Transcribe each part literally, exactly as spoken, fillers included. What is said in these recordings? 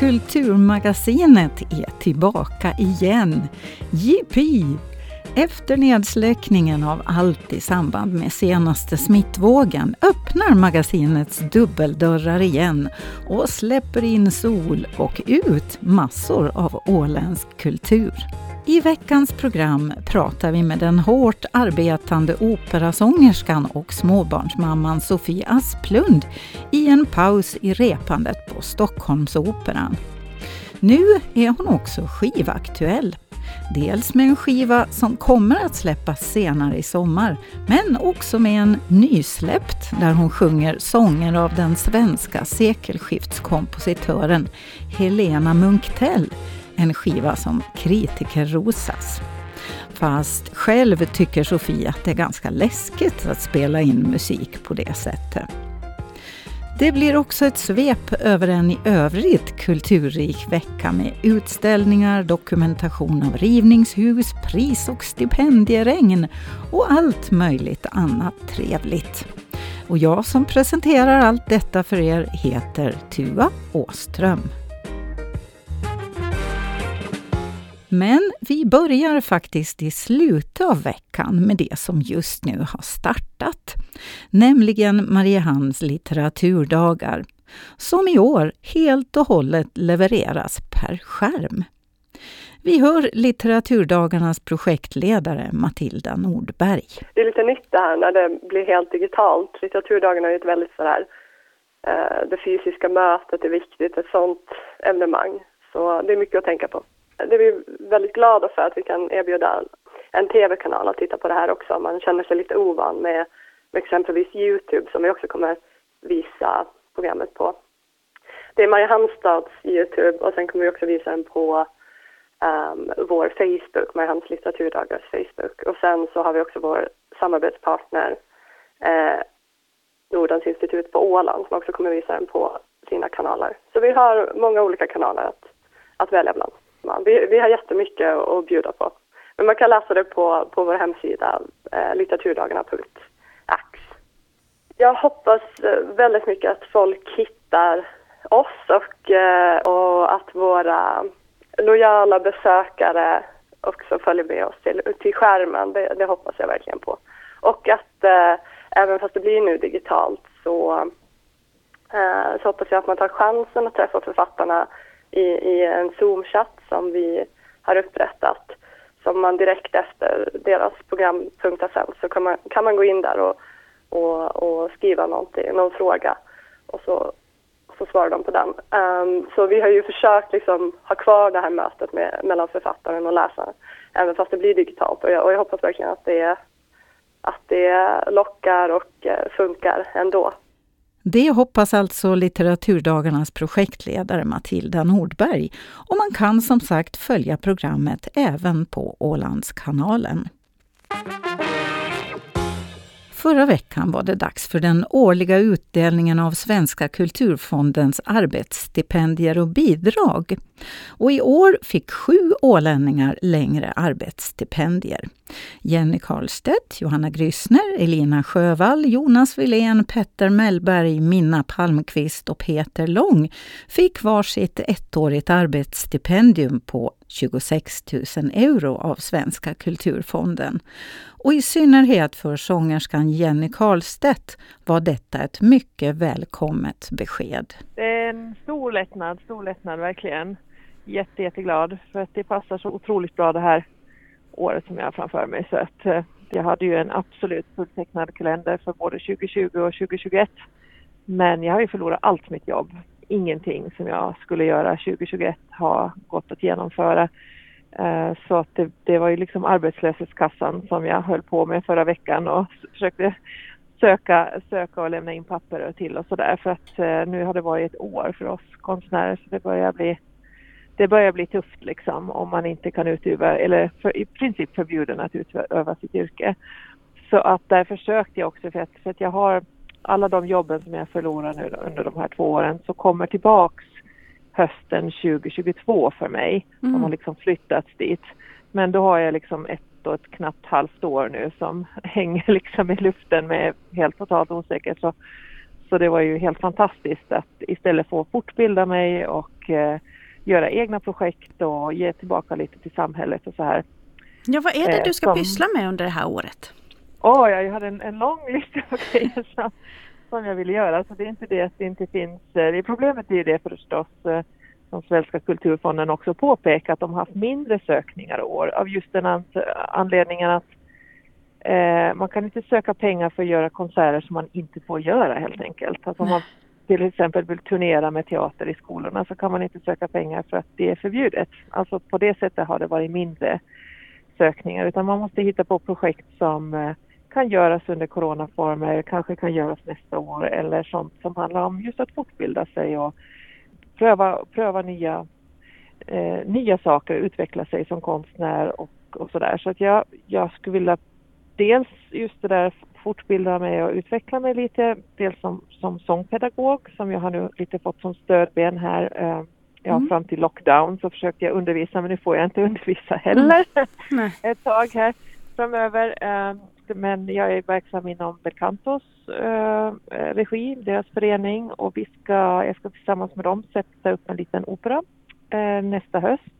Kulturmagasinet är tillbaka igen. Jippi! Efter nedsläckningen av allt i samband med senaste smittvågen öppnar magasinets dubbeldörrar igen och släpper in sol och ut massor av åländsk kultur. I veckans program pratar vi med den hårt arbetande operasångerskan och småbarnsmamman Sofie Asplund i en paus i repandet på Stockholmsoperan. Nu är hon också skivaktuell. Dels med en skiva som kommer att släppas senare i sommar, men också med en nysläppt där hon sjunger sånger av den svenska sekelskiftskompositören Helena Munktell. En skiva som kritiker rosas. Fast själv tycker Sofie att det är ganska läskigt att spela in musik på det sättet. Det blir också ett svep över en i övrigt kulturrik vecka med utställningar, dokumentation av rivningshus, pris- och stipendieregn och allt möjligt annat trevligt. Och jag som presenterar allt detta för er heter Tua Åström. Men vi börjar faktiskt i slutet av veckan med det som just nu har startat. Nämligen Mariehamns litteraturdagar. Som i år helt och hållet levereras per skärm. Vi hör litteraturdagarnas projektledare Matilda Nordberg. Det är lite nytt det här när det blir helt digitalt. Litteraturdagarna är ett väldigt sådär, eh, det fysiska mötet är viktigt, ett sånt evenemang. Så det är mycket att tänka på. Det är vi väldigt glada för att vi kan erbjuda en tv-kanal att titta på det här också. Man känner sig lite ovan med, med exempelvis YouTube som vi också kommer visa programmet på. Det är Mariehamnstads YouTube och sen kommer vi också visa den på um, vår Facebook, Mariehamns litteraturdagars Facebook. Och sen så har vi också vår samarbetspartner eh, Nordens institut på Åland som också kommer visa den på sina kanaler. Så vi har många olika kanaler att, att välja bland. Vi, vi har jättemycket att bjuda på. Men man kan läsa det på, på vår hemsida eh, litteraturdagarna punkt ax. Jag hoppas väldigt mycket att folk hittar oss och, eh, och att våra lojala besökare också följer med oss till, till skärmen. Det, det hoppas jag verkligen på. Och att eh, även fast det blir nu digitalt så, eh, så hoppas jag att man tar chansen att träffa författarna I, i en Zoom-chatt som vi har upprättat som man direkt efter deras programpunkt har sänt så kan man, kan man gå in där och, och, och skriva någonting, någon fråga och så, så svarar de på den. Um, så vi har ju försökt liksom ha kvar det här mötet med, mellan författaren och läsaren även fast det blir digitalt och jag, och jag hoppas verkligen att det, att det lockar och uh, funkar ändå. Det hoppas alltså litteraturdagarnas projektledare Matilda Nordberg och man kan som sagt följa programmet även på Ålandskanalen. Förra veckan var det dags för den årliga utdelningen av Svenska kulturfondens arbetsstipendier och bidrag. Och i år fick sju ålänningar längre arbetsstipendier. Jenny Karlstedt, Johanna Grysner, Elina Sjövall, Jonas Wilén, Petter Mellberg, Minna Palmqvist och Peter Lång fick varsitt ettårigt arbetsstipendium på tjugosex tusen euro av Svenska kulturfonden. Och i synnerhet för sångerskan Jenny Karlstedt var detta ett mycket välkommet besked. Det är en stor lättnad, stor lättnad verkligen. Jätte, jätteglad för att det passar så otroligt bra det här året som jag har framför mig. Så att eh, jag hade ju en absolut fulltecknad kalender för både tjugohundratjugo och tjugohundratjugoett. Men jag har ju förlorat allt mitt jobb. Ingenting som jag skulle göra tjugohundratjugoett har gått att genomföra. Eh, så att det, det var ju liksom arbetslöshetskassan som jag höll på med förra veckan och försökte söka, söka och lämna in papper till och sådär. För att eh, nu har det varit ett år för oss konstnärer så det börjar bli Det börjar bli tufft liksom om man inte kan utöva eller för, i princip förbjuden att utöva sitt yrke. Så att där försökte jag också för att, för att jag har alla de jobben som jag förlorar nu under de här två åren så kommer tillbaks hösten tjugohundratjugotvå för mig. Mm. De har liksom flyttats dit. Men då har jag liksom ett och ett knappt halvt år nu som hänger liksom i luften med helt totalt osäkert. Så, så det var ju helt fantastiskt att istället få fortbilda mig och eh, göra egna projekt och ge tillbaka lite till samhället och så här. Ja, vad är det Eh, du ska som- pyssla med under det här året? Åh, jag hade en, en lång lista av grejer som, som jag ville göra. Så det är inte det att det inte finns. eh, Det problemet är ju det förstås, eh, som Svenska kulturfonden också påpekar, att de har haft mindre sökningar i år. Av just den an- anledningen att eh, man kan inte söka pengar för att göra konserter som man inte får göra helt enkelt. Alltså om man till exempel vill turnera med teater i skolorna så kan man inte söka pengar för att det är förbjudet. Alltså på det sättet har det varit mindre sökningar, utan man måste hitta på projekt som eh, kan göras under coronaformer, kanske kan göras nästa år, eller sånt som handlar om just att fortbilda sig och pröva, pröva nya, eh, nya saker, utveckla sig som konstnär och, och sådär. Så att jag, jag skulle vilja dels just det där fortbilda mig och utveckla mig lite, dels som, som sångpedagog som jag har nu lite fått som stödben här. Eh, Ja, Mm. fram till lockdown så försökte jag undervisa, men nu får jag inte undervisa heller Nej. ett tag här framöver. Eh, Men jag är verksam inom Belcantos eh, regi, deras förening, och vi ska, jag ska tillsammans med dem sätta upp en liten opera eh, nästa höst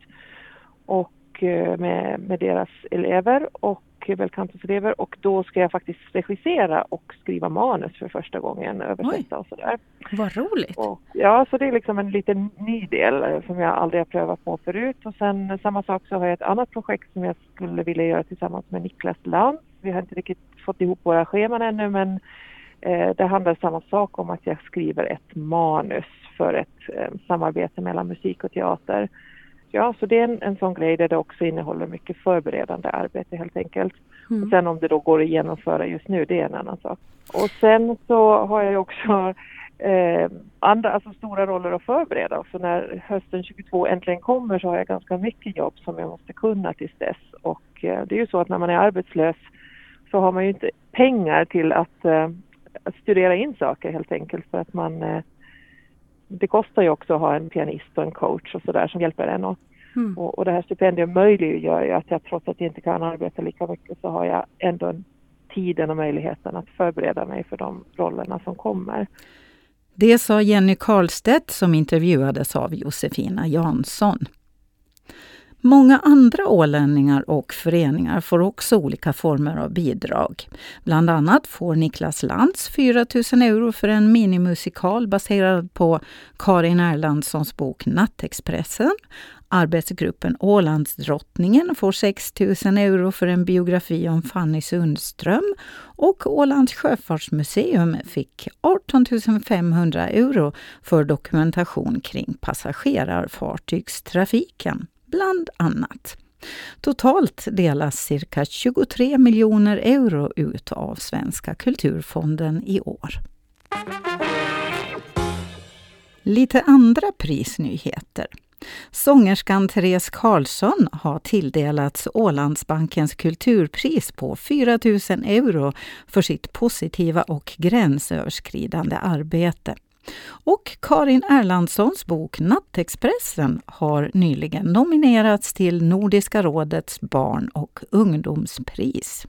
och eh, med, med deras elever och Belcantos elever, och då ska jag faktiskt regissera och skriva manus för första gången, översätta och sådär. Vad roligt. Och, ja, så det är liksom en liten ny del eh, som jag aldrig har prövat på förut. Och sen samma sak så har jag ett annat projekt som jag skulle vilja göra tillsammans med Niklas Lantz. Vi har inte riktigt fått ihop våra scheman ännu, men eh, det handlar samma sak om att jag skriver ett manus för ett eh, samarbete mellan musik och teater. Ja, så det är en, en sån grej där det också innehåller mycket förberedande arbete helt enkelt. Mm. Och sen om det då går att genomföra just nu, det är en annan sak. Och sen så har jag också eh, andra, alltså stora roller att förbereda. Och så när hösten tjugotvå äntligen kommer så har jag ganska mycket jobb som jag måste kunna tills dess. Och eh, det är ju så att när man är arbetslös så har man ju inte pengar till att, eh, att studera in saker helt enkelt, för att man... Eh, det kostar ju också att ha en pianist och en coach och sådär som hjälper en. Och, Mm. och, och det här stipendium möjliggör ju att jag, trots att jag inte kan arbeta lika mycket, så har jag ändå en tiden och möjligheten att förbereda mig för de rollerna som kommer. Det sa Jenny Karlstedt som intervjuades av Josefina Jansson. Många andra ålänningar och föreningar får också olika former av bidrag. Bland annat får Niklas Lantz fyra tusen euro för en minimusikal baserad på Karin Erlandssons bok Nattexpressen. Arbetsgruppen Ålandsdrottningen får sex tusen euro för en biografi om Fanny Sundström, och Ålands sjöfartsmuseum fick arton tusen femhundra euro för dokumentation kring passagerarfartygstrafiken, bland annat. Totalt delas cirka tjugotre miljoner euro ut av Svenska kulturfonden i år. Lite andra prisnyheter. Sångerskan Therese Karlsson har tilldelats Ålandsbankens kulturpris på fyra tusen euro för sitt positiva och gränsöverskridande arbete. Och Karin Erlandssons bok Nattexpressen har nyligen nominerats till Nordiska rådets barn- och ungdomspris.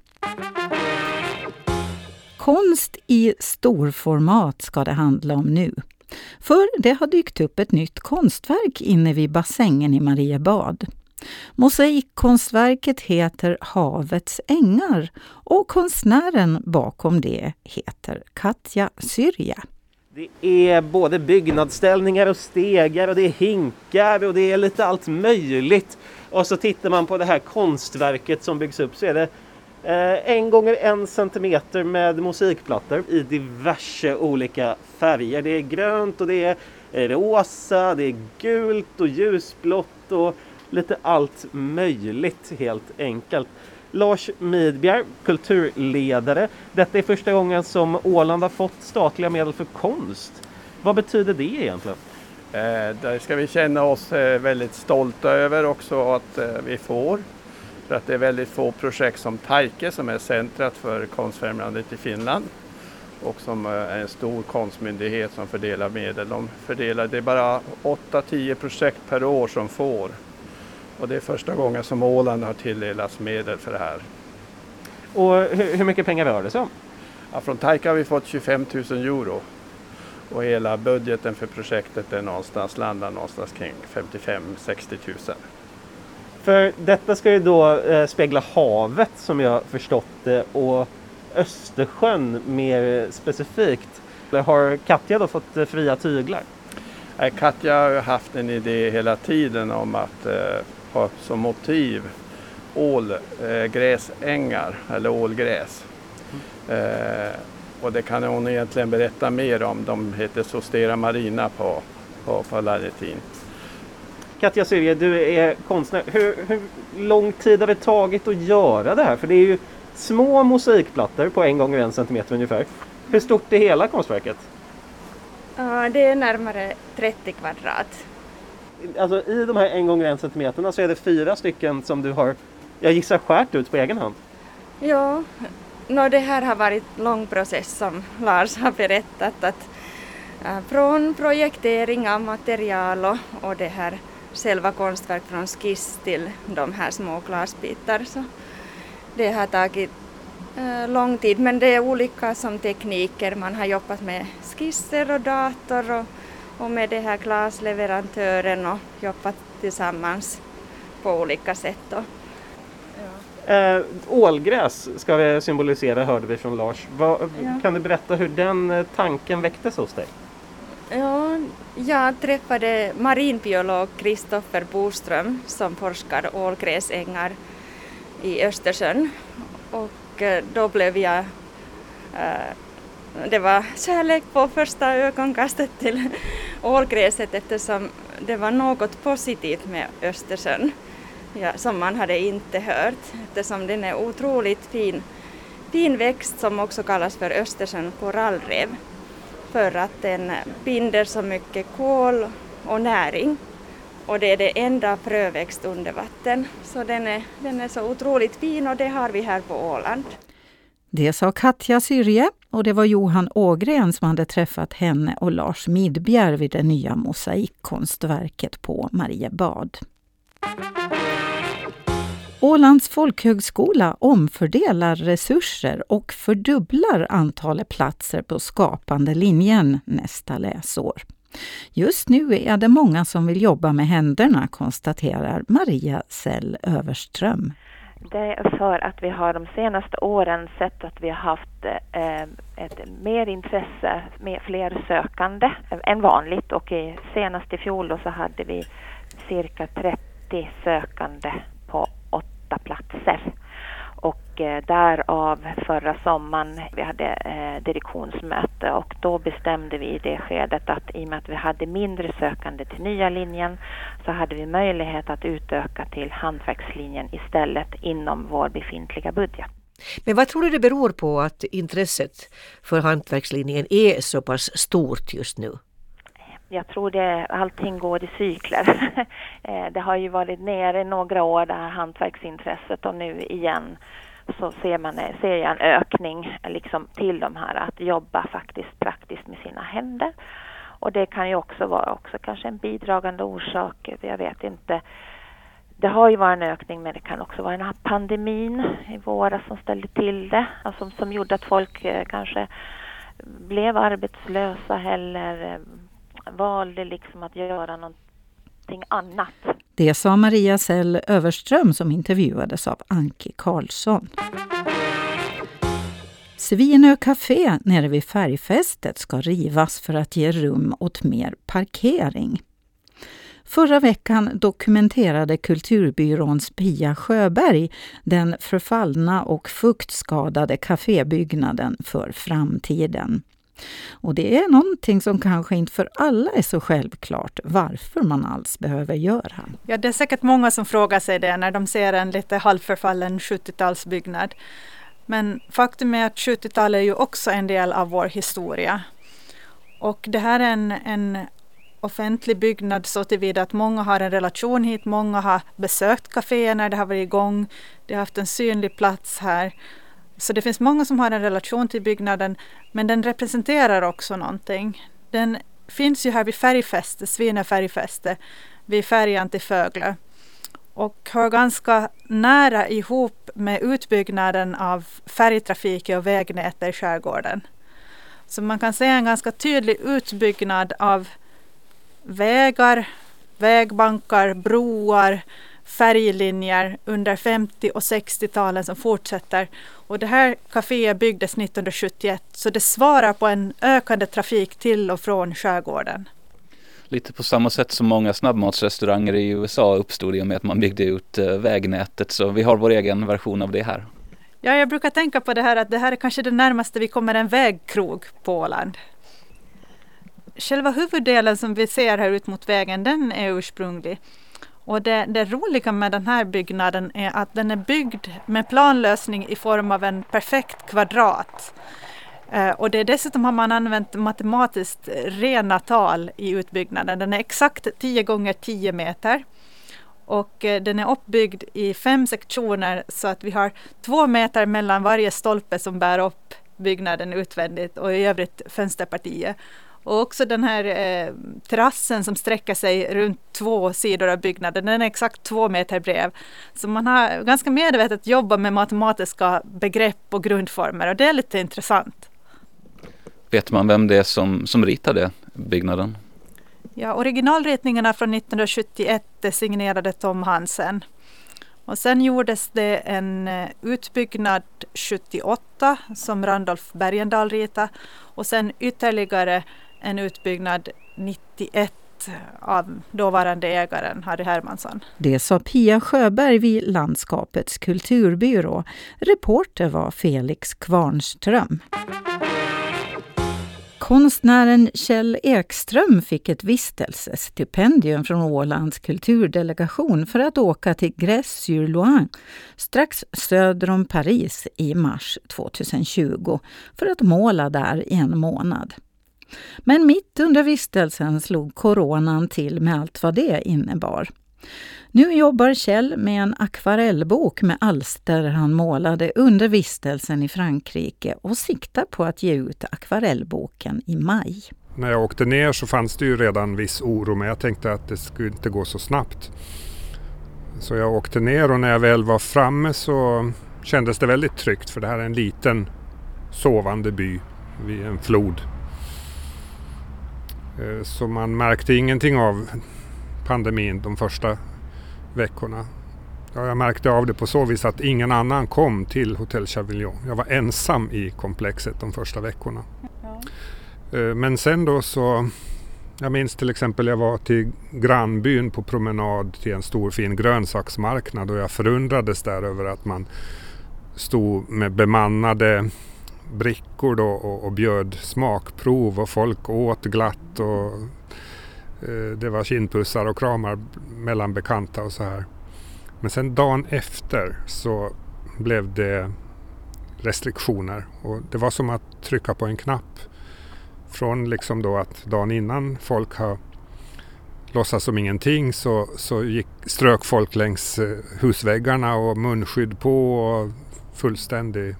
Konst i storformat ska det handla om nu. För det har dykt upp ett nytt konstverk inne vid bassängen i Mariebad. Mosaikkonstverket heter Havets ängar och konstnären bakom det heter Katja Syrja. Det är både byggnadsställningar och stegar och det är hinkar och det är lite allt möjligt. Och så tittar man på det här konstverket som byggs upp, så är det eh, en gånger en centimeter med mosaikplattor i diverse olika färger. Det är grönt och det är rosa, det är gult och ljusblått och lite allt möjligt helt enkelt. Lars Midbjer, kulturledare. Detta är första gången som Åland har fått statliga medel för konst. Vad betyder det egentligen? Eh, där ska vi känna oss eh, väldigt stolta över också att eh, vi får. För att det är väldigt få projekt som Taike, som är centrat för konstfrämjandet i Finland. Och som är en stor konstmyndighet som fördelar medel. De fördelar, det är bara åtta till tio projekt per år som får. Och det är första gången som Åland har tilldelats medel för det här. Och hur, hur mycket pengar rör det sig om? Ja, från Taika har vi fått tjugofem tusen euro. Och hela budgeten för projektet är någonstans, landar någonstans kring femtiofem till sextio tusen. För detta ska ju då eh, spegla havet som jag förstått det och Östersjön mer specifikt. Har Katja då fått eh, fria tyglar? Nej, Katja har haft en idé hela tiden om att eh, ha som motiv ålgräsängar eh, eller ålgräs. Mm. Eh, och det kan hon egentligen berätta mer om. De heter Zostera marina på, på, på latin. Katja Syrje, du är konstnär. Hur, hur lång tid har det tagit att göra det här? För det är ju små mosaikplattor på en gånger en centimeter ungefär. Hur stort är hela konstverket? Ja, det är närmare trettio kvadrat. Alltså i de här en gånger en centimeterna så är det fyra stycken som du har, jag gissar, skärt ut på egen hand. Ja, no, det här har varit en lång process som Lars har berättat. Att, äh, från projektering av material och, och det här själva konstverk från skiss till de här små glasbitar. Så det har tagit äh, lång tid, men det är olika som tekniker. Man har jobbat med skisser och dator och, och med det här glasleverantören och jobbat tillsammans på olika sätt. Då. Äh, ålgräs ska vi symbolisera, hörde vi från Lars. Va, ja. Kan du berätta hur den tanken väcktes hos dig? Ja, jag träffade marinbiolog Kristoffer Boström som forskar ålgräsängar i Östersjön. Och då blev jag, äh, det var kärlek på första ögonkastet till ålgräset eftersom det var något positivt med Östersjön. Ja, som man hade inte hört eftersom den är otroligt fin, fin växt som också kallas för Östersjön korallrev. För att den binder så mycket kol och näring och det är det enda fröväxt under vatten. Så den är, den är så otroligt fin och det har vi här på Åland. Det sa Katja Syrje och det var Johan Ågren som hade träffat henne och Lars Midbjer vid det nya mosaikkonstverket på Mariebad. Ålands folkhögskola omfördelar resurser och fördubblar antalet platser på skapande linjen nästa läsår. Just nu är det många som vill jobba med händerna, konstaterar Maria Sell Överström. Det är för att vi har de senaste åren sett att vi har haft eh, ett mer intresse, med fler sökande än vanligt och i, senast i fjol då så hade vi cirka trettio sökande på åtta platser. Och eh, därav förra sommaren vi hade eh, direktionsmöte och då bestämde vi i det skedet att i och med att vi hade mindre sökande till nya linjen så hade vi möjlighet att utöka till hantverkslinjen istället inom vår befintliga budget. Men vad tror du det beror på att intresset för hantverkslinjen är så pass stort just nu? Jag tror det allting går i cykler. Det har ju varit nere några år det här hantverksintresset och nu igen så ser, man, ser jag en ökning liksom till de här att jobba faktiskt praktiskt med sina händer. Och det kan ju också vara också kanske en bidragande orsak, jag vet inte. Det har ju varit en ökning men det kan också vara den här pandemin i våras som ställde till det. Alltså, som gjorde att folk kanske blev arbetslösa eller valde liksom att göra någonting annat. Det sa Maria Sell Överström som intervjuades av Anki Karlsson. Svinö Café nere vid Färgfästet ska rivas för att ge rum åt mer parkering. Förra veckan dokumenterade kulturbyråns Pia Sjöberg den förfallna och fuktskadade kafébyggnaden för framtiden. Och det är någonting som kanske inte för alla är så självklart varför man alls behöver göra. Ja, det är säkert många som frågar sig det när de ser en lite halvförfallen sjuttiotalsbyggnad. Men faktum är att sjuttiotalet är ju också en del av vår historia. Och det här är en, en offentlig byggnad så tillvida att många har en relation hit. Många har besökt kaféer när det har varit igång. Det har haft en synlig plats här. Så det finns många som har en relation till byggnaden, men den representerar också någonting. Den finns ju här vid Färgfäste, Svinö Färgfäste, vid färjan till Föglö. Och hör ganska nära ihop med utbyggnaden av färgtrafik och vägnät i skärgården. Så man kan se en ganska tydlig utbyggnad av vägar, vägbankar, broar, färglinjer under femtio- och sextio-talen som fortsätter. Och det här kaféet byggdes nittonhundrasjuttioett, så det svarar på en ökande trafik till och från skärgården. Lite på samma sätt som många snabbmatsrestauranger i U S A uppstod i och med att man byggde ut vägnätet, så vi har vår egen version av det här. Ja, jag brukar tänka på det här att det här är kanske det närmaste vi kommer en vägkrog på Åland. Själva huvuddelen som vi ser här ut mot vägen, den är ursprunglig. Och det, det roliga med den här byggnaden är att den är byggd med planlösning i form av en perfekt kvadrat. Eh, och det är dessutom har man använt matematiskt rena tal i utbyggnaden. Den är exakt tio gånger tio meter. Och eh, den är uppbyggd i fem sektioner så att vi har två meter mellan varje stolpe som bär upp byggnaden utvändigt och i övrigt fönsterpartiet. Och också den här eh, terrassen som sträcker sig runt två sidor av byggnaden, den är exakt två meter bred. Så man har ganska medvetet jobbat med matematiska begrepp och grundformer, och det är lite intressant. Vet man vem det är som, som ritade byggnaden? Ja, originalritningarna från nittonhundrasjuttioett är signerade Tom Hansen. Och sen gjordes det en utbyggnad sjuttioåtta som Randolf Bergendahl ritade, och sen ytterligare en utbyggnad nittioett av dåvarande ägaren Harry Hermansson. Det sa Pia Sjöberg vid Landskapets kulturbyrå. Reporter var Felix Kvarnström. Konstnären Kjell Ekström fick ett vistelsestipendium från Ålands kulturdelegation för att åka till Grès-sur-Loing strax söder om Paris i mars tjugohundratjugo för att måla där i en månad. Men mitt under vistelsen slog coronan till med allt vad det innebar. Nu jobbar Kjell med en akvarellbok med alster han målade under vistelsen i Frankrike och siktar på att ge ut akvarellboken i maj. När jag åkte ner så fanns det ju redan viss oro, men jag tänkte att det skulle inte gå så snabbt. Så jag åkte ner, och när jag väl var framme så kändes det väldigt tryggt, för det här är en liten sovande by vid en flod. Så man märkte ingenting av pandemin de första veckorna. Ja, jag märkte av det på så vis att ingen annan kom till Hotell Chavillon. Jag var ensam i komplexet de första veckorna. Ja. Men sen då så, jag minns till exempel jag var till grannbyn på promenad till en stor fin grönsaksmarknad, och jag förundrades där över att man stod med bemannade brickor då och, och bjöd smakprov, och folk åt glatt, och eh, det var kindpussar och kramar mellan bekanta och så här. Men sen dagen efter så blev det restriktioner, och det var som att trycka på en knapp. Från liksom då att dagen innan folk har låtsas som ingenting, så, så gick, strök folk längs husväggarna och munskydd på, och fullständig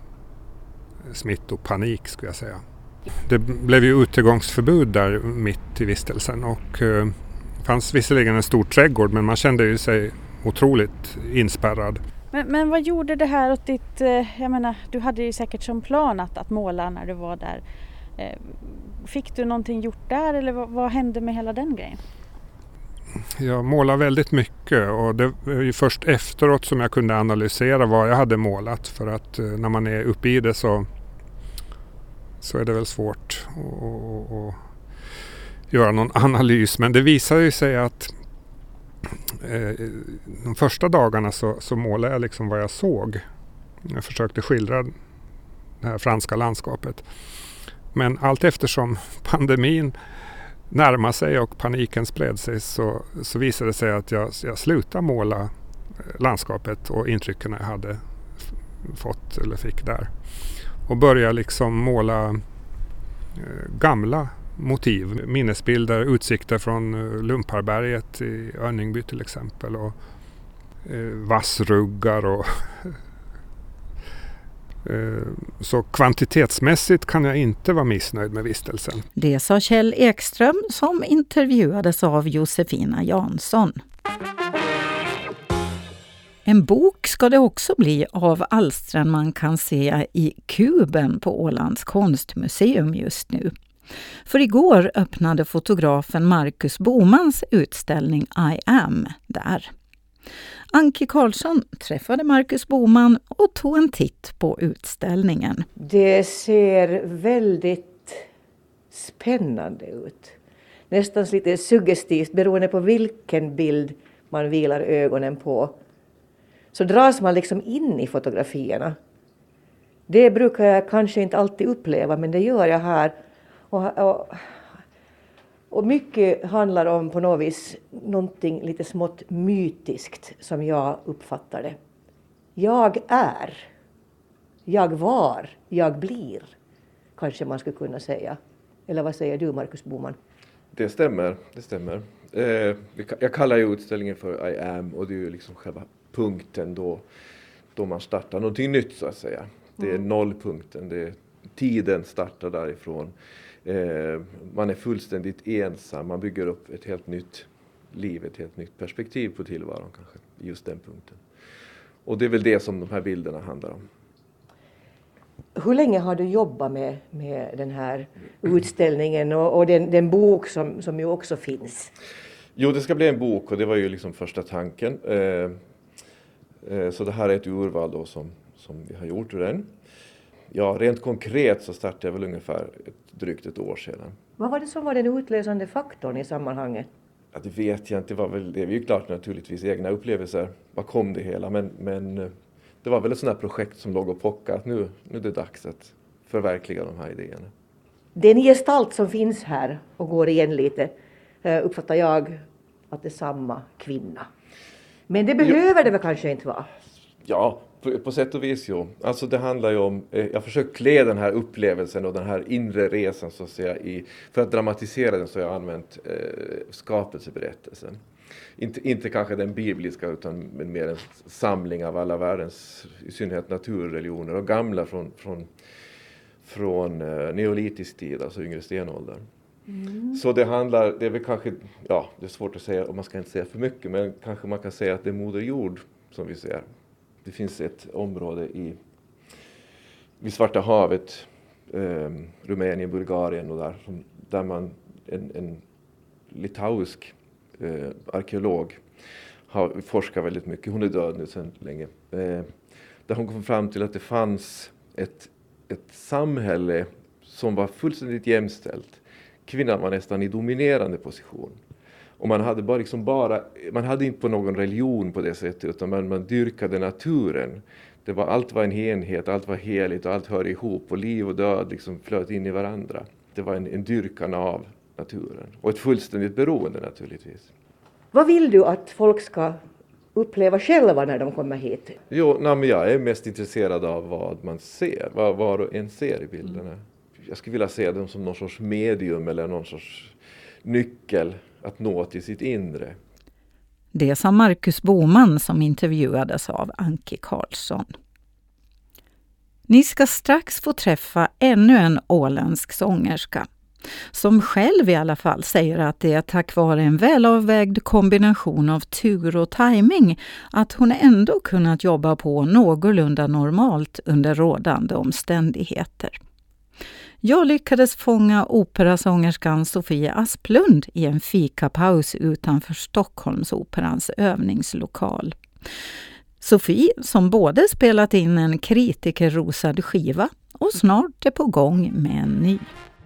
smittopanik skulle jag säga. Det blev ju utegångsförbud där mitt i vistelsen, och eh, fanns visserligen en stor trädgård, men man kände ju sig otroligt inspärrad. Men, men vad gjorde det här åt ditt, eh, jag menar, du hade ju säkert som plan att, att måla när du var där. Eh, fick du någonting gjort där, eller vad, vad hände med hela den grejen? Jag målade väldigt mycket, och det var ju först efteråt som jag kunde analysera vad jag hade målat, för att eh, när man är uppe i det så, så är det väl svårt att, att göra någon analys. Men det visar ju sig att eh, de första dagarna så, så målade jag liksom vad jag såg. Jag försökte skildra det här franska landskapet. Men allt eftersom pandemin närmade sig och paniken spred sig, så, så visade det sig att jag, jag slutade måla landskapet och intrycken jag hade f- fått eller fick där. Och började liksom måla eh, gamla motiv, minnesbilder, utsikter från eh, Lumparberget i Örningby till exempel, och eh, vassruggar och så kvantitetsmässigt kan jag inte vara missnöjd med vistelsen. Det sa Kjell Ekström som intervjuades av Josefina Jansson. En bok ska det också bli av alstren man kan se i Kuben på Ålands konstmuseum just nu. För igår öppnade fotografen Marcus Bomans utställning I am där. Anki Karlsson träffade Marcus Boman och tog en titt på utställningen. Det ser väldigt spännande ut. Nästan lite suggestivt beroende på vilken bild man vilar ögonen på. Så dras man liksom in i fotografierna. Det brukar jag kanske inte alltid uppleva, men det gör jag här. Och, och, och mycket handlar om på något vis någonting lite smått mytiskt som jag uppfattar det. Jag är, jag var, jag blir, kanske man skulle kunna säga. Eller vad säger du, Marcus Boman? Det stämmer, det stämmer. Eh, jag kallar ju utställningen för I am, och det är ju liksom själva punkten då, då man startar någonting nytt så att säga. Det är nollpunkten, det är, tiden startar därifrån. Eh, man är fullständigt ensam, man bygger upp ett helt nytt liv, ett helt nytt perspektiv på tillvaron kanske, just den punkten. Och det är väl det som de här bilderna handlar om. Hur länge har du jobbat med, med den här utställningen och, och den, den bok som, som ju också finns? Jo, det ska bli en bok, och det var ju liksom första tanken. Eh, eh, så det här är ett urval då som, som vi har gjort ur den. Ja, rent konkret så startade jag väl ungefär ett, drygt ett år sedan. Vad var det som var den utlösande faktorn i sammanhanget? Ja, det vet jag inte. Det var väl, det är ju klart naturligtvis egna upplevelser. Vad kom det hela? Men, men det var väl ett sånt här projekt som låg och pockade. Nu, nu är det dags att förverkliga de här idéerna. Det är en gestalt som finns här och går igen lite. Uppfattar jag att det är samma kvinna. Men det behöver jo. det väl kanske inte vara? Ja, på, på sätt och vis jo. Alltså det handlar ju om, eh, jag försöker klä den här upplevelsen och den här inre resan så att säga i, för att dramatisera den så har jag använt eh, skapelseberättelsen. Inte, inte kanske den bibliska utan men mer en samling av alla världens, i synnerhet naturreligioner och gamla från, från, från eh, neolitisk tid, alltså yngre stenåldern. Mm. Så det handlar, det är väl kanske, ja det är svårt att säga och man ska inte säga för mycket, men kanske man kan säga att det är moder jord som vi ser. Det finns ett område i vid Svarta havet, eh, Rumänien, Bulgarien och där, som, där man, en, en litauisk eh, arkeolog har forskat väldigt mycket, hon är död nu sedan länge, eh, där hon kom fram till att det fanns ett, ett samhälle som var fullständigt jämställt. Kvinnan var nästan i dominerande position. Och man hade bara, liksom bara, man hade inte på någon religion på det sättet, utan man, man dyrkade naturen. Det var, allt var en enhet, allt var heligt och allt hör ihop. Och liv och död liksom flöt in i varandra. Det var en, en dyrkan av naturen. Och ett fullständigt beroende naturligtvis. Vad vill du att folk ska uppleva själva när de kommer hit? Jo, nej, men jag är mest intresserad av vad man ser, vad var och en ser i bilderna. Mm. Jag skulle vilja se dem som någon sorts medium eller någon sorts nyckel att nå till sitt inre. Det sa Marcus Boman som intervjuades av Anki Karlsson. Ni ska strax få träffa ännu en åländsk sångerska som själv i alla fall säger att det är tack vare en välavvägd kombination av tur och timing att hon ändå kunnat jobba på någorlunda normalt under rådande omständigheter. Jag lyckades fånga operasångerskan Sofie Asplund i en fikapaus utanför Stockholmsoperans övningslokal. Sofie som både spelat in en kritikerrosad skiva och snart är på gång med en ny.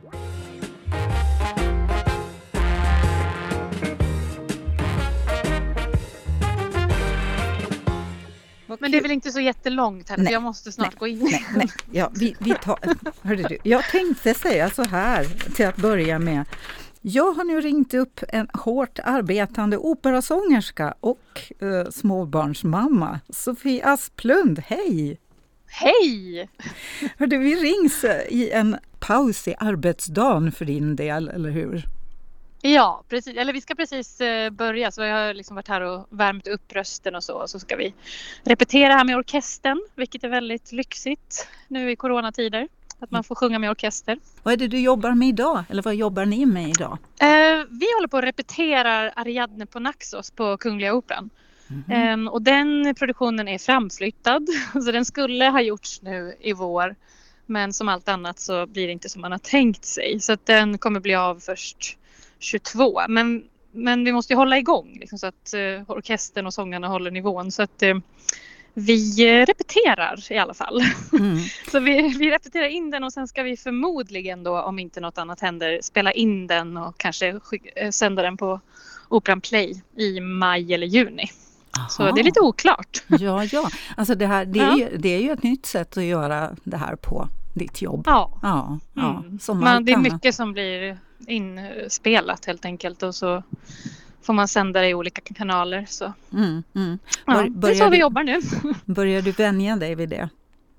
Men det är väl inte så jättelångt här, för jag måste snart nej, gå in. Nej, nej. Ja, vi, vi tar, hörde du, jag tänkte säga så här till att börja med. Jag har nu ringt upp en hårt arbetande operasångerska och eh, småbarnsmamma, Sofie Asplund. Hej! Hej! Hörde, vi rings i en paus i arbetsdagen för din del, eller hur? Ja, precis. Eller vi ska precis börja, så jag har liksom varit här och värmt upp rösten och så. Så ska vi repetera här med orkestern, vilket är väldigt lyxigt nu i coronatider. Att man får sjunga med orkester. Vad är det du jobbar med idag? Eller vad jobbar ni med idag? Eh, vi håller på att repetera Ariadne på Naxos på Kungliga Operan. Mm. Um, och den produktionen är framflyttad. Så den skulle ha gjorts nu i vår. Men som allt annat så blir det inte som man har tänkt sig. Så att den kommer bli av först tjugotvå. Men, men vi måste ju hålla igång liksom, så att uh, orkestern och sångarna håller nivån. Så att uh, vi repeterar i alla fall. Mm. Så vi, vi repeterar in den och sen ska vi förmodligen då, om inte något annat händer, spela in den och kanske sända den på Operan Play i maj eller juni. Aha. Så det är lite oklart. Ja, ja. Alltså det, här, det, är ja. ju, det är ju ett nytt sätt att göra det här på ditt jobb. Ja, ja, ja. Mm. Som Men det är mycket annat som blir inspelat helt enkelt och så får man sända det i olika kanaler. Så. Mm, mm. Ja, det är så vi du, jobbar nu. Börjar du vänja dig vid det?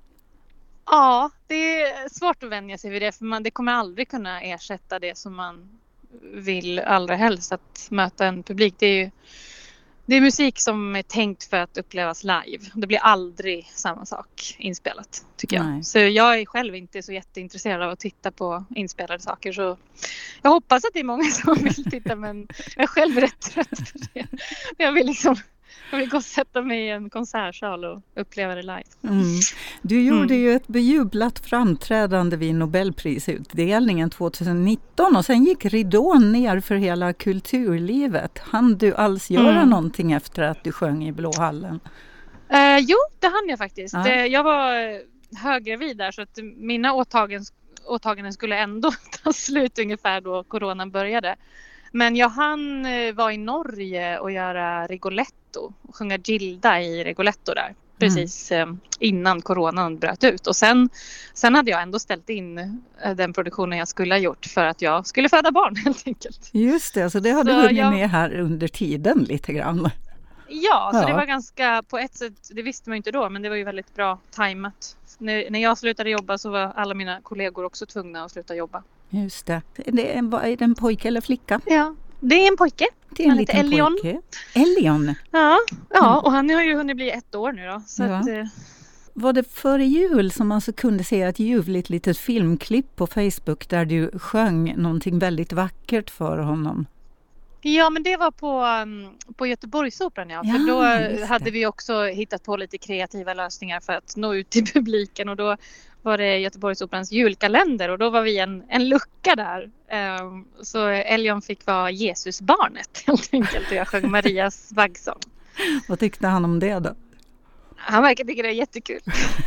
Ja, det är svårt att vänja sig vid det för man, det kommer aldrig kunna ersätta det som man vill allra helst, att möta en publik. Det är ju det är musik som är tänkt för att upplevas live. Det blir aldrig samma sak inspelat, tycker jag. Nej. Så jag är själv inte så jätteintresserad av att titta på inspelade saker. Så jag hoppas att det är många som vill titta, men jag är själv rätt trött på det. Jag vill liksom jag vill gå och sätta mig i en konsertsal och uppleva det live. Mm. Du gjorde mm. ju ett bejublat framträdande vid Nobelprisutdelningen tjugonitton och sen gick ridån ner för hela kulturlivet. Hann du alls göra mm. någonting efter att du sjöng i Blå hallen? Uh, jo, det hann jag faktiskt. Ja. Jag var höggravid där så att mina åtagen, åtaganden skulle ändå ta slut ungefär då coronan började. Men jag hann vara i Norge och göra Rigoletto och sjunga Gilda i Rigoletto där. Precis mm. innan coronan bröt ut. Och sen, sen hade jag ändå ställt in den produktionen jag skulle ha gjort för att jag skulle föda barn helt enkelt. Just det, så det har du hunnit jag... med här under tiden lite grann. Ja, så ja. Det var ganska, på ett sätt, det visste man inte då, men det var ju väldigt bra tajmat. När, när jag slutade jobba så var alla mina kollegor också tvungna att sluta jobba. Just det. Det är, är det en pojke eller flicka? Ja, det är en pojke. Det är en liten Elion. Pojke. Elion? Ja, ja, och han har ju hunnit bli ett år nu då. Så ja. att, eh... Var det före jul som man så kunde se ett ljuvligt litet filmklipp på Facebook där du sjöng någonting väldigt vackert för honom? Ja, men det var på, på Göteborgsoperan, ja. ja för då hade vi också hittat på lite kreativa lösningar för att nå ut till publiken. Och då var det Göteborgsoperans julkalender och då var vi en, en lucka där. Um, så Elion fick vara Jesusbarnet helt enkelt och jag sjöng Marias vaggsång. Vad tyckte han om det då? Han verkar tycka det är jättekul.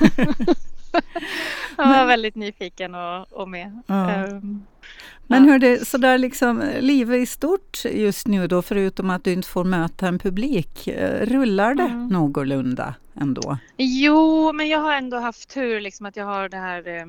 Han var väldigt nyfiken och, och med. Ja. Um, Men hur det så där liksom livet i stort just nu då, förutom att du inte får möta en publik, rullar det mm. någorlunda ändå? Jo, men jag har ändå haft tur liksom att jag har det här eh,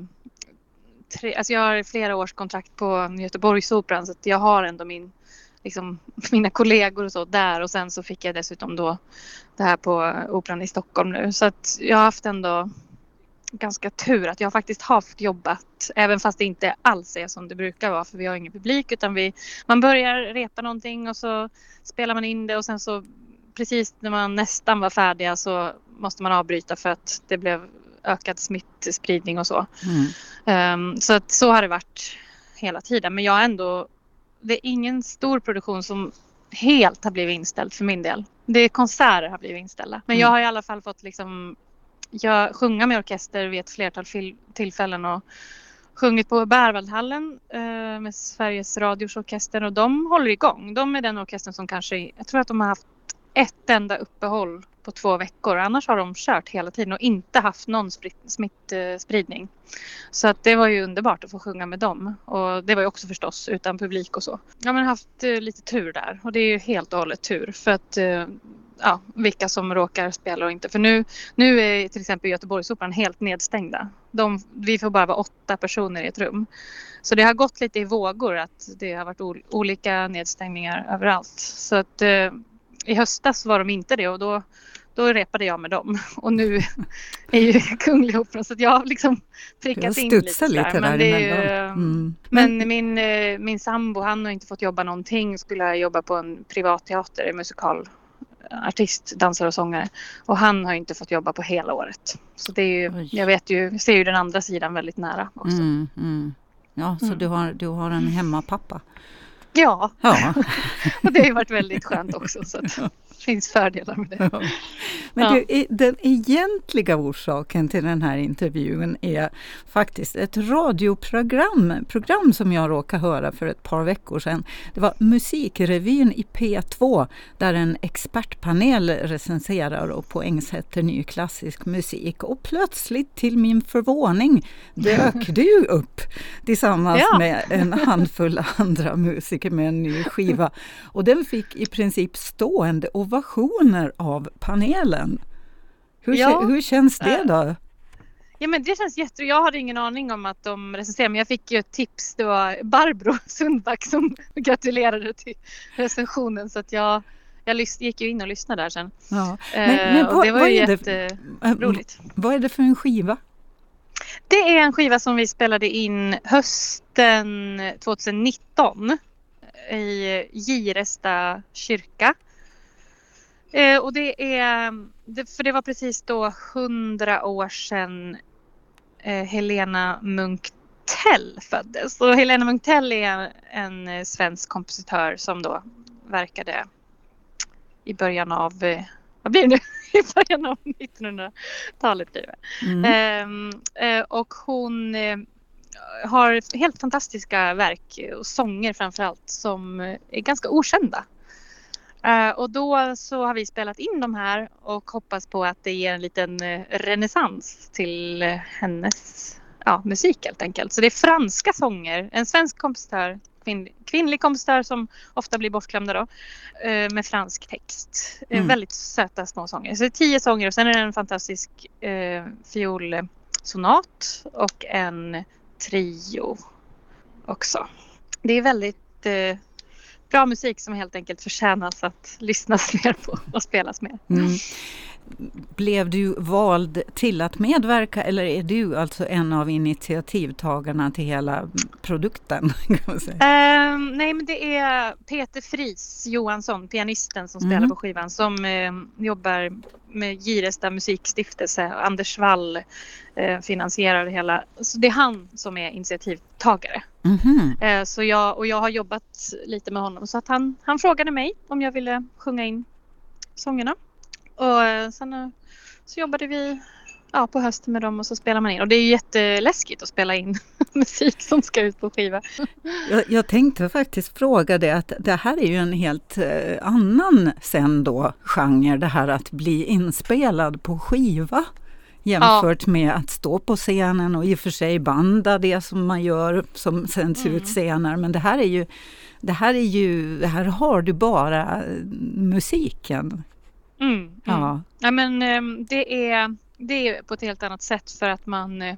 tre, alltså jag har flera års kontrakt på Göteborgsoperan så att jag har ändå min liksom mina kollegor och så där och sen så fick jag dessutom då det här på Operan i Stockholm nu så att jag har haft ändå ganska tur att jag faktiskt har fått jobbat även fast det inte alls är som det brukar vara för vi har ingen publik utan vi, man börjar repa någonting och så spelar man in det och sen så precis när man nästan var färdiga så måste man avbryta för att det blev ökad smittspridning och så. Mm. Um, så att så har det varit hela tiden men jag har ändå det är ingen stor produktion som helt har blivit inställd för min del. Det är konserter har blivit inställda men mm. jag har i alla fall fått liksom jag sjunga med orkester vid ett flertal fil- tillfällen och sjungit på Berwaldhallen eh, med Sveriges Radios orkester och de håller igång. De är den orkestern som kanske, jag tror att de har haft ett enda uppehåll på två veckor. Annars har de kört hela tiden och inte haft någon sprit- smittspridning. Så att det var ju underbart att få sjunga med dem. Och det var ju också förstås utan publik och så. Ja men haft eh, lite tur där och det är ju helt och hållet tur för att eh, ja, vilka som råkar spela och inte. För nu, nu är till exempel Göteborgsoperan helt nedstängda. De, vi får bara vara åtta personer i ett rum. Så det har gått lite i vågor att det har varit o- olika nedstängningar överallt. Så att eh, i höstas var de inte det och då, då repade jag med dem. Och nu är ju Kungliga Operan så att jag har liksom prickat in lite. lite där. Men, det är ju, mm. men min, min sambo han har inte fått jobba någonting. Skulle jobba på en privatteater, musikal. Artist, dansare och sångare. Och han har ju inte fått jobba på hela året. Så det är ju, jag vet ju, ser ju den andra sidan väldigt nära också. Mm, mm. Ja, så mm. du, har, du har en hemmapappa. Ja, Ja. och det har ju varit väldigt skönt också, så att det finns fördelar med det. Ja. Men Ja. du, den egentliga orsaken till den här intervjun är faktiskt ett radioprogram program som jag råkade höra för ett par veckor sedan. Det var Musikrevyn i P två där en expertpanel recenserar och poängsätter ny klassisk musik. Och plötsligt till min förvåning dök du upp tillsammans Ja. med en handfull andra musiker med en ny skiva. Och den fick i princip stående ovationer av panelen. Hur, Ja. hur känns det då? Ja, men det känns jätte... Jag hade ingen aning om att de recenserade, men jag fick ju ett tips. Det var Barbro Sundback som gratulerade till recensionen, så att jag, jag lys- gick ju in och lyssnade där sen. Ja. Men, Men, men och vad, det var vad ju är det, jätteroligt. vad är det för en skiva? Det är en skiva som vi spelade in hösten tjugonitton i Giresta kyrka. Eh, och det är, det, för det var precis då hundra år sedan eh, Helena Munktell föddes. Och Helena Munktell är en eh, svensk kompositör som då verkade i början av, eh, vad blir det nu? I början av nittonhundratalet blir det. Mm. Eh, eh, och hon eh, har helt fantastiska verk och sånger framförallt som är ganska okända. Uh, och då så har vi spelat in de här och hoppas på att det ger en liten uh, renässans till uh, hennes ja, musik helt enkelt. Så det är franska sånger, en svensk kompositör, kvinn, kvinnlig kompositör som ofta blir bortglömda då, uh, med fransk text. Uh, Mm. väldigt söta små sånger. Så det är tio sånger och sen är det en fantastisk uh, fiolsonat och en trio också. Det är väldigt... Uh, bra musik som helt enkelt förtjänas att lyssnas mer på och spelas mer. Mm. Blev du vald till att medverka eller är du alltså en av initiativtagarna till hela produkten? Kan man säga? Uh, nej, men det är Peter Fries Johansson, pianisten som spelar Mm. på skivan, som uh, jobbar med Giresta musikstiftelse. Anders Wall uh, finansierar det hela. Så det är han som är initiativtagare. Mhm. Uh, så jag, och jag har jobbat lite med honom, så att han, han frågade mig om jag ville sjunga in sångerna. Och uh, sen uh, så jobbade vi ja, på hösten med dem och så spelar man in. Och det är ju jätteläskigt att spela in musik som ska ut på skiva. Jag, jag tänkte faktiskt fråga det att det här är ju en helt eh, annan sen då genre, det här att bli inspelad på skiva jämfört med att stå på scenen och i och för sig banda det som man gör som sänds Mm. ut senare. Men det här är ju, det här är ju, det här har du bara eh, musiken. Mm, mm. Ja. Ja, men um, det är det är på ett helt annat sätt för att man uh,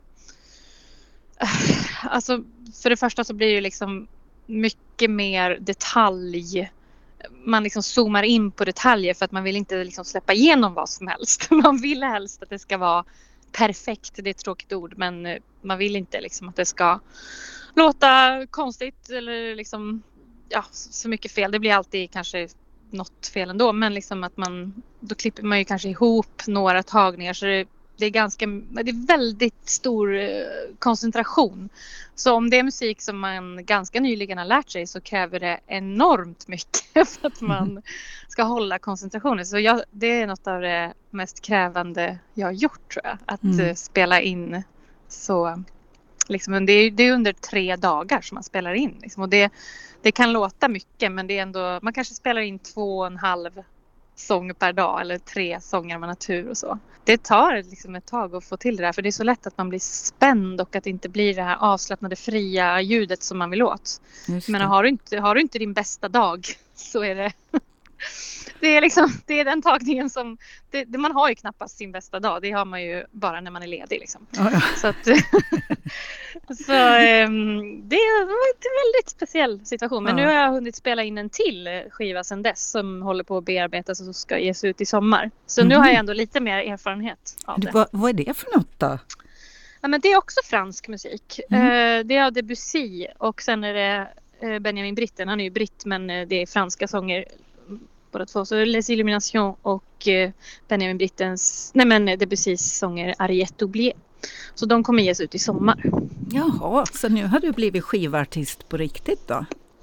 alltså för det första så blir det liksom mycket mer detalj. Man liksom zoomar in på detaljer för att man vill inte liksom släppa igenom vad som helst. Man vill helst att det ska vara perfekt, det är ett tråkigt ord, men uh, man vill inte liksom att det ska låta konstigt eller liksom ja, så mycket fel. Det blir alltid kanske något fel ändå, men liksom att man då klipper man ju kanske ihop några tagningar så det, det är ganska det är väldigt stor eh, koncentration. Så om det är musik som man ganska nyligen har lärt sig så kräver det enormt mycket för att man ska hålla koncentrationen. Så jag, det är något av det mest krävande jag har gjort, tror jag, att Mm. eh, spela in så liksom, det är, det är under tre dagar som man spelar in liksom. Och det Det kan låta mycket, men det är ändå, man kanske spelar in två och en halv sång per dag eller tre sånger med natur och så. Det tar liksom ett tag att få till det där, för det är så lätt att man blir spänd och att det inte blir det här avslappnade fria ljudet som man vill åt. Just Men det. har du inte, har du inte din bästa dag så är det det är liksom det är den tagningen som det, det, man har ju knappast sin bästa dag. Det har man ju bara när man är ledig liksom. Ja, ja. Så att så um, det är en väldigt speciell situation. Men Ja. nu har jag hunnit spela in en till skiva sedan dess som håller på att bearbetas och ska ges ut i sommar. Så nu Mhm. har jag ändå lite mer erfarenhet av Du, det. vad, vad är det för något då? Ja, men det är också fransk musik. Mm. Eh, det är Debussy och sen är det eh, Benjamin Britten. Han är ju britt, men eh, det är franska sånger båda två. Så Les Illuminations och eh, Benjamin Brittens, nej men eh, Debussys sånger Ariette Oubliée. Så de kommer ges ut i sommar. Jaha, så nu har du blivit skivartist på riktigt då?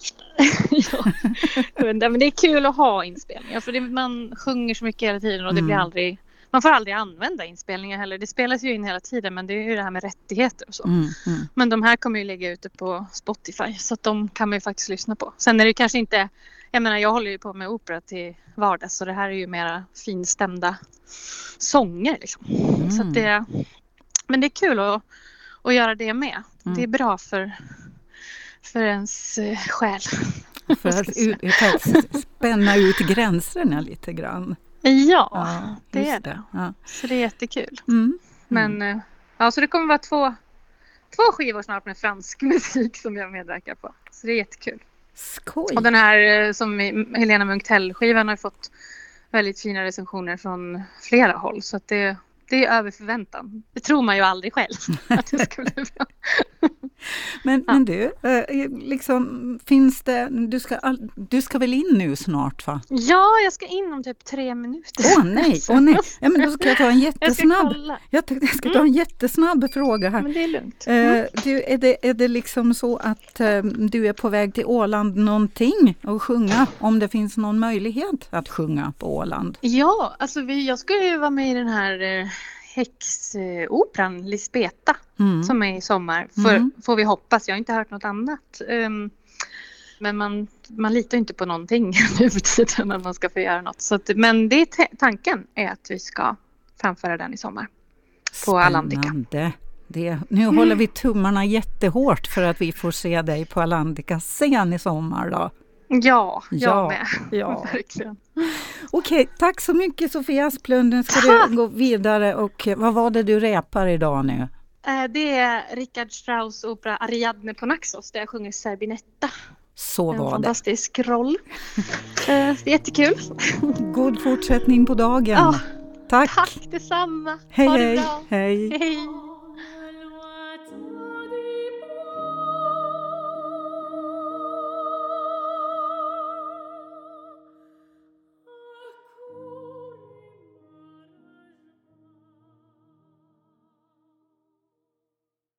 ja. Men det är kul att ha inspelningar för det, man sjunger så mycket hela tiden och det blir aldrig, man får aldrig använda inspelningar heller. Det spelas ju in hela tiden men det är ju det här med rättigheter och så. Mm, mm. Men de här kommer ju ligga ute på Spotify så att de kan man ju faktiskt lyssna på. Sen är det kanske inte, jag menar jag håller ju på med opera till vardags så det här är ju mera finstämda sånger liksom. Mm. Så att det, men det är kul att, att göra det med. Mm. Det är bra för, för ens eh, själ. För att, ut, för att spänna ut gränserna lite grann. Ja, ja det är det. det. Ja. Så det är jättekul. Mm. Men eh, ja, så det kommer vara två, två skivor snart med fransk musik som jag medverkar på. Så det är jättekul. Skoj. Och den här som Helena Munktell-skivan har fått väldigt fina recensioner från flera håll. Så att det, det är över förväntan. Det tror man ju aldrig själv att det skulle bli bra. Men, ja. men du, liksom, finns det, du ska, du ska väl in nu snart va? Ja, jag ska in om typ tre minuter. Åh nej, åh nej. Ja, men då ska jag ta en jättesnabb, jag jag, jag ska ta en jättesnabb fråga här. Men det är lugnt. Mm. Du, är, det, är det liksom så att um, du är på väg till Åland någonting och sjunga, om det finns någon möjlighet att sjunga på Åland? Ja, alltså vi, jag ska ju vara med i den här eh, häxoperan Lisbeta mm. som är i sommar. För, mm. Får vi hoppas, jag har inte hört något annat. Um, men man, man litar inte på någonting nu för tiden när man ska få göra något. Så att, men det är t- tanken är att vi ska framföra den i sommar på Alandica. Det, nu mm. håller vi tummarna jättehårt för att vi får se dig på Alandica scen i sommar då. Ja, jag ja, med. Ja. Verkligen. Okej, tack så mycket Sofia Asplund. Nu ska du gå vidare och vad var det du repar idag nu? Det är Richard Strauss opera Ariadne på Naxos där jag sjunger Serbinetta. Så var en det. En fantastisk roll. Det är jättekul. God fortsättning på dagen. Ja, tack. Tack detsamma. Hej, ha det hej. Bra. Hej. Hej.